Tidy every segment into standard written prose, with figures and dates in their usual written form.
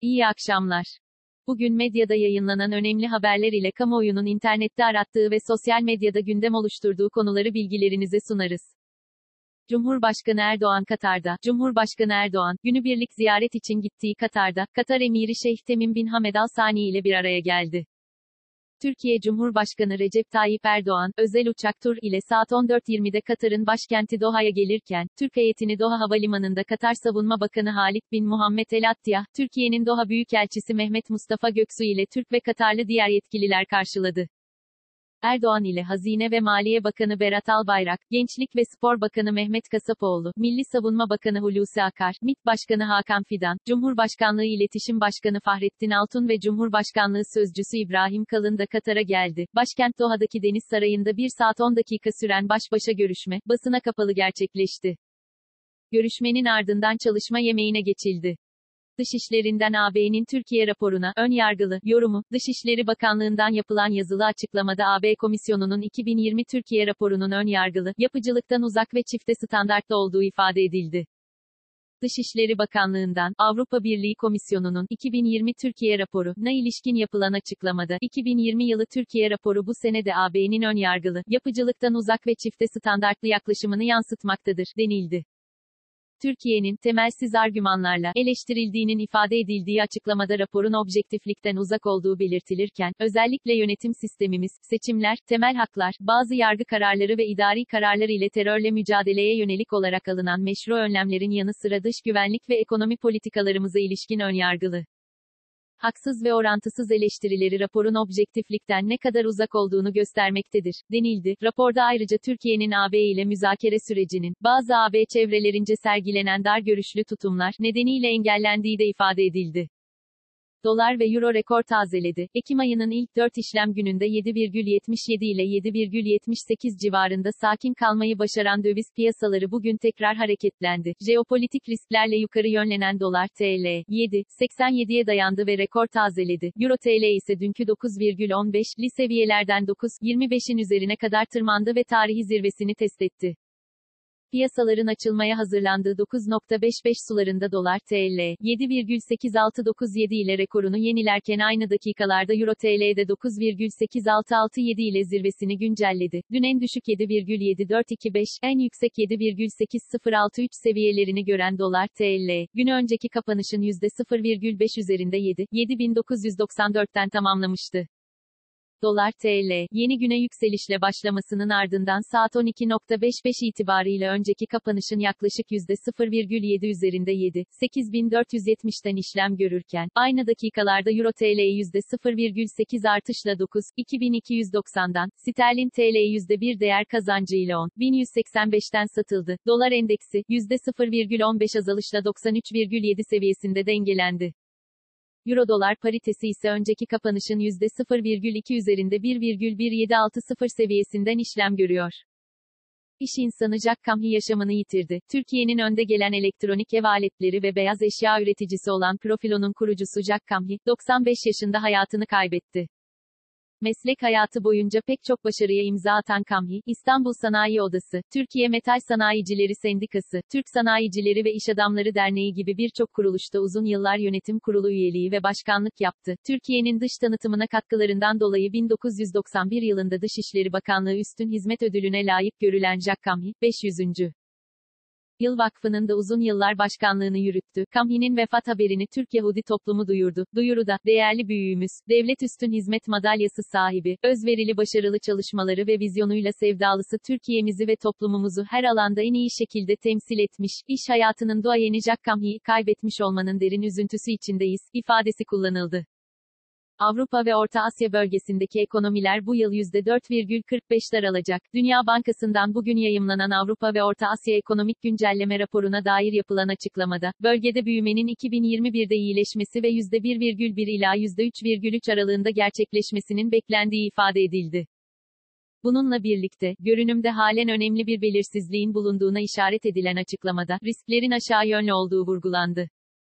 İyi akşamlar. Bugün medyada yayınlanan önemli haberler ile kamuoyunun internette arattığı ve sosyal medyada gündem oluşturduğu konuları bilgilerinize sunarız. Cumhurbaşkanı Erdoğan Katar'da. Cumhurbaşkanı Erdoğan, günübirlik ziyaret için gittiği Katar'da, Katar Emiri Şeyh Temim bin Hamed Al Sani ile bir araya geldi. Türkiye Cumhurbaşkanı Recep Tayyip Erdoğan, özel uçak tur ile saat 14.20'de Katar'ın başkenti Doha'ya gelirken, Türk heyetini Doha Havalimanı'nda Katar Savunma Bakanı Halit bin Muhammed El Attiyah, Türkiye'nin Doha Büyükelçisi Mehmet Mustafa Göksu ile Türk ve Katarlı diğer yetkililer karşıladı. Erdoğan ile Hazine ve Maliye Bakanı Berat Albayrak, Gençlik ve Spor Bakanı Mehmet Kasapoğlu, Milli Savunma Bakanı Hulusi Akar, MİT Başkanı Hakan Fidan, Cumhurbaşkanlığı İletişim Başkanı Fahrettin Altun ve Cumhurbaşkanlığı Sözcüsü İbrahim Kalın da Katar'a geldi. Başkent Doha'daki Deniz Sarayı'nda 1 saat 10 dakika süren baş başa görüşme, basına kapalı gerçekleşti. Görüşmenin ardından çalışma yemeğine geçildi. Dışişlerinden AB'nin Türkiye raporuna, ön yargılı, yorumu, Dışişleri Bakanlığı'ndan yapılan yazılı açıklamada AB Komisyonu'nun 2020 Türkiye raporunun ön yargılı, yapıcılıktan uzak ve çifte standartlı olduğu ifade edildi. Dışişleri Bakanlığı'ndan, Avrupa Birliği Komisyonu'nun 2020 Türkiye raporuna ilişkin yapılan açıklamada, 2020 yılı Türkiye raporu bu senede AB'nin ön yargılı, yapıcılıktan uzak ve çifte standartlı yaklaşımını yansıtmaktadır, denildi. Türkiye'nin, temelsiz argümanlarla, eleştirildiğinin ifade edildiği açıklamada raporun objektiflikten uzak olduğu belirtilirken, özellikle yönetim sistemimiz, seçimler, temel haklar, bazı yargı kararları ve idari kararlar ile terörle mücadeleye yönelik olarak alınan meşru önlemlerin yanı sıra dış güvenlik ve ekonomi politikalarımıza ilişkin önyargılı, haksız ve orantısız eleştirileri raporun objektiflikten ne kadar uzak olduğunu göstermektedir, denildi. Raporda ayrıca Türkiye'nin AB ile müzakere sürecinin, bazı AB çevrelerince sergilenen dar görüşlü tutumlar nedeniyle engellendiği de ifade edildi. Dolar ve Euro rekor tazeledi. Ekim ayının ilk 4 işlem gününde 7,77 ile 7,78 civarında sakin kalmayı başaran döviz piyasaları bugün tekrar hareketlendi. Jeopolitik risklerle yukarı yönlenen dolar TL 7,87'ye dayandı ve rekor tazeledi. Euro TL ise dünkü 9,15'li seviyelerden 9,25'in üzerine kadar tırmandı ve tarihi zirvesini test etti. Piyasaların açılmaya hazırlandığı 9,55 sularında dolar TL 7,8697 ile rekorunu yenilerken aynı dakikalarda Euro TL'de 9,8667 ile zirvesini güncelledi. Dün en düşük 7,7425, en yüksek 7,8063 seviyelerini gören dolar TL, gün önceki kapanışın %0,5 üzerinde 7.994'ten tamamlamıştı. Dolar TL, yeni güne yükselişle başlamasının ardından saat 12.55 itibarıyla önceki kapanışın yaklaşık %0,7 üzerinde 7.8470'ten işlem görürken, aynı dakikalarda Euro TL'ye %0,8 artışla 9.2290'dan, Sterlin TL'ye %1 değer kazancıyla 10.185'ten satıldı. Dolar endeksi, %0,15 azalışla 93,7 seviyesinde dengelendi. Euro-dolar paritesi ise önceki kapanışın %0,2 üzerinde 1,1760 seviyesinden işlem görüyor. İş insanı Jack Kamhi yaşamını yitirdi. Türkiye'nin önde gelen elektronik ev aletleri ve beyaz eşya üreticisi olan Profilo'nun kurucusu Jack Kamhi, 95 yaşında hayatını kaybetti. Meslek hayatı boyunca pek çok başarıya imza atan Kamhi, İstanbul Sanayi Odası, Türkiye Metal Sanayicileri Sendikası, Türk Sanayicileri ve İş Adamları Derneği gibi birçok kuruluşta uzun yıllar yönetim kurulu üyeliği ve başkanlık yaptı. Türkiye'nin dış tanıtımına katkılarından dolayı 1991 yılında Dışişleri Bakanlığı Üstün Hizmet Ödülüne layık görülen Jack Kamhi, 500. Yıl Vakfı'nın da uzun yıllar başkanlığını yürüttü. Kamhi'nin vefat haberini Türk Yahudi toplumu duyurdu. Duyuruda, değerli büyüğümüz, devlet üstün hizmet madalyası sahibi, özverili başarılı çalışmaları ve vizyonuyla sevdalısı Türkiye'mizi ve toplumumuzu her alanda en iyi şekilde temsil etmiş, iş hayatının duayeni Jack Kamhi'yi kaybetmiş olmanın derin üzüntüsü içindeyiz, ifadesi kullanıldı. Avrupa ve Orta Asya bölgesindeki ekonomiler bu yıl %4,45 daralacak. Dünya Bankası'ndan bugün yayımlanan Avrupa ve Orta Asya Ekonomik Güncelleme raporuna dair yapılan açıklamada, bölgede büyümenin 2021'de iyileşmesi ve %1,1 ila %3,3 aralığında gerçekleşmesinin beklendiği ifade edildi. Bununla birlikte, görünümde halen önemli bir belirsizliğin bulunduğuna işaret edilen açıklamada, risklerin aşağı yönlü olduğu vurgulandı.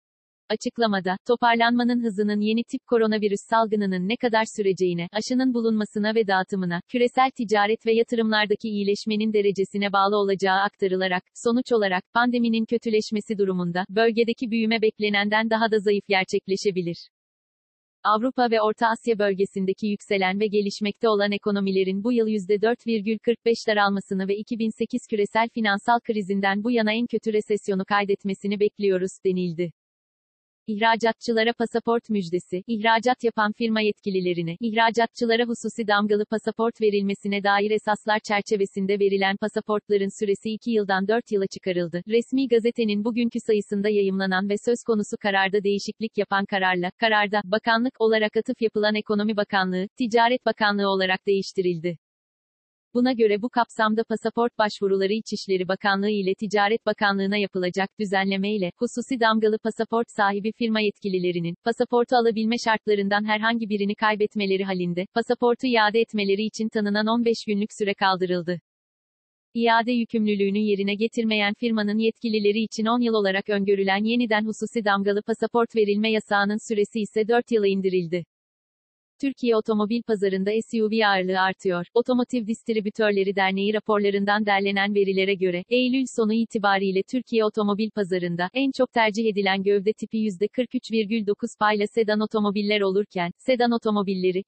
Açıklamada, toparlanmanın hızının yeni tip koronavirüs salgınının ne kadar süreceğine, aşının bulunmasına ve dağıtımına, küresel ticaret ve yatırımlardaki iyileşmenin derecesine bağlı olacağı aktarılarak, sonuç olarak, pandeminin kötüleşmesi durumunda, bölgedeki büyüme beklenenden daha da zayıf gerçekleşebilir. Avrupa ve Orta Asya bölgesindeki yükselen ve gelişmekte olan ekonomilerin bu yıl %4,45 daralmasını ve 2008 küresel finansal krizinden bu yana en kötü resesyonu kaydetmesini bekliyoruz, denildi. İhracatçılara pasaport müjdesi, ihracat yapan firma yetkililerine, ihracatçılara hususi damgalı pasaport verilmesine dair esaslar çerçevesinde verilen pasaportların süresi 2 yıldan 4 yıla çıkarıldı. Resmi gazetenin bugünkü sayısında yayımlanan ve söz konusu kararda değişiklik yapan kararda, bakanlık olarak atıf yapılan Ekonomi Bakanlığı, Ticaret Bakanlığı olarak değiştirildi. Buna göre bu kapsamda pasaport başvuruları İçişleri Bakanlığı ile Ticaret Bakanlığı'na yapılacak düzenlemeyle, hususi damgalı pasaport sahibi firma yetkililerinin, pasaportu alabilme şartlarından herhangi birini kaybetmeleri halinde, pasaportu iade etmeleri için tanınan 15 günlük süre kaldırıldı. İade yükümlülüğünü yerine getirmeyen firmanın yetkilileri için 10 yıl olarak öngörülen yeniden hususi damgalı pasaport verilme yasağının süresi ise 4 yıla indirildi. Türkiye otomobil pazarında SUV ağırlığı artıyor. Otomotiv Distribütörleri Derneği raporlarından derlenen verilere göre, Eylül sonu itibariyle Türkiye otomobil pazarında, en çok tercih edilen gövde tipi %43,9 payla sedan otomobiller olurken, sedan otomobilleri,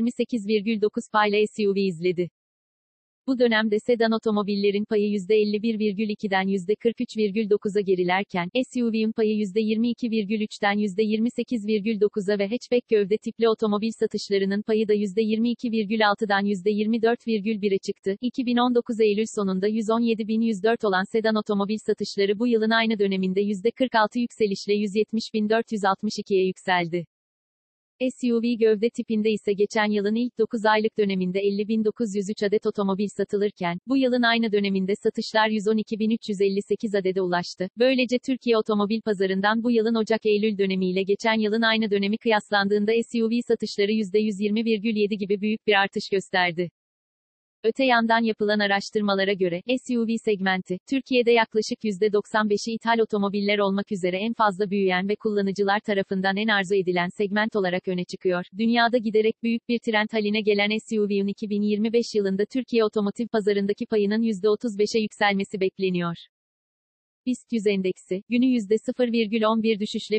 %28,9 payla SUV izledi. Bu dönemde sedan otomobillerin payı %51,2'den %43,9'a gerilerken, SUV'un payı %22,3'ten %28,9'a ve hatchback gövde tipli otomobil satışlarının payı da %22,6'dan %24,1'e çıktı. 2019 Eylül sonunda 117.104 olan sedan otomobil satışları bu yılın aynı döneminde %46 yükselişle 170.462'ye yükseldi. SUV gövde tipinde ise geçen yılın ilk 9 aylık döneminde 50.903 adet otomobil satılırken, bu yılın aynı döneminde satışlar 112.358 adede ulaştı. Böylece Türkiye otomobil pazarından bu yılın Ocak-Eylül dönemiyle geçen yılın aynı dönemi kıyaslandığında SUV satışları %120,7 gibi büyük bir artış gösterdi. Öte yandan yapılan araştırmalara göre, SUV segmenti, Türkiye'de yaklaşık %95'i ithal otomobiller olmak üzere en fazla büyüyen ve kullanıcılar tarafından en arzu edilen segment olarak öne çıkıyor. Dünyada giderek büyük bir trend haline gelen SUV'un 2025 yılında Türkiye otomotiv pazarındaki payının %35'e yükselmesi bekleniyor. BIST 100 endeksi, günü %0,11 düşüşle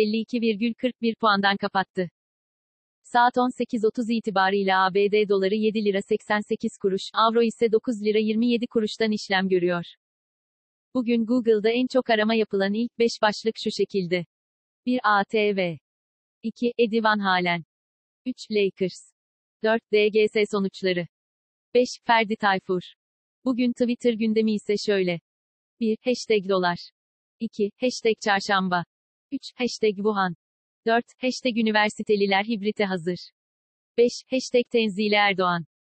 1152,41 puandan kapattı. Saat 18.30 itibariyle ABD doları 7 lira 88 kuruş, avro ise 9 lira 27 kuruştan işlem görüyor. Bugün Google'da en çok arama yapılan ilk 5 başlık şu şekilde. 1. ATV 2. Eddie Van Halen 3. Lakers 4. DGS sonuçları 5. Ferdi Tayfur. Bugün Twitter gündemi ise şöyle. 1. Hashtag dolar 2. Hashtag çarşamba 3. Hashtag Wuhan 4. Hashtag üniversiteliler hibrite hazır 5. Hashtag Tenzile Erdoğan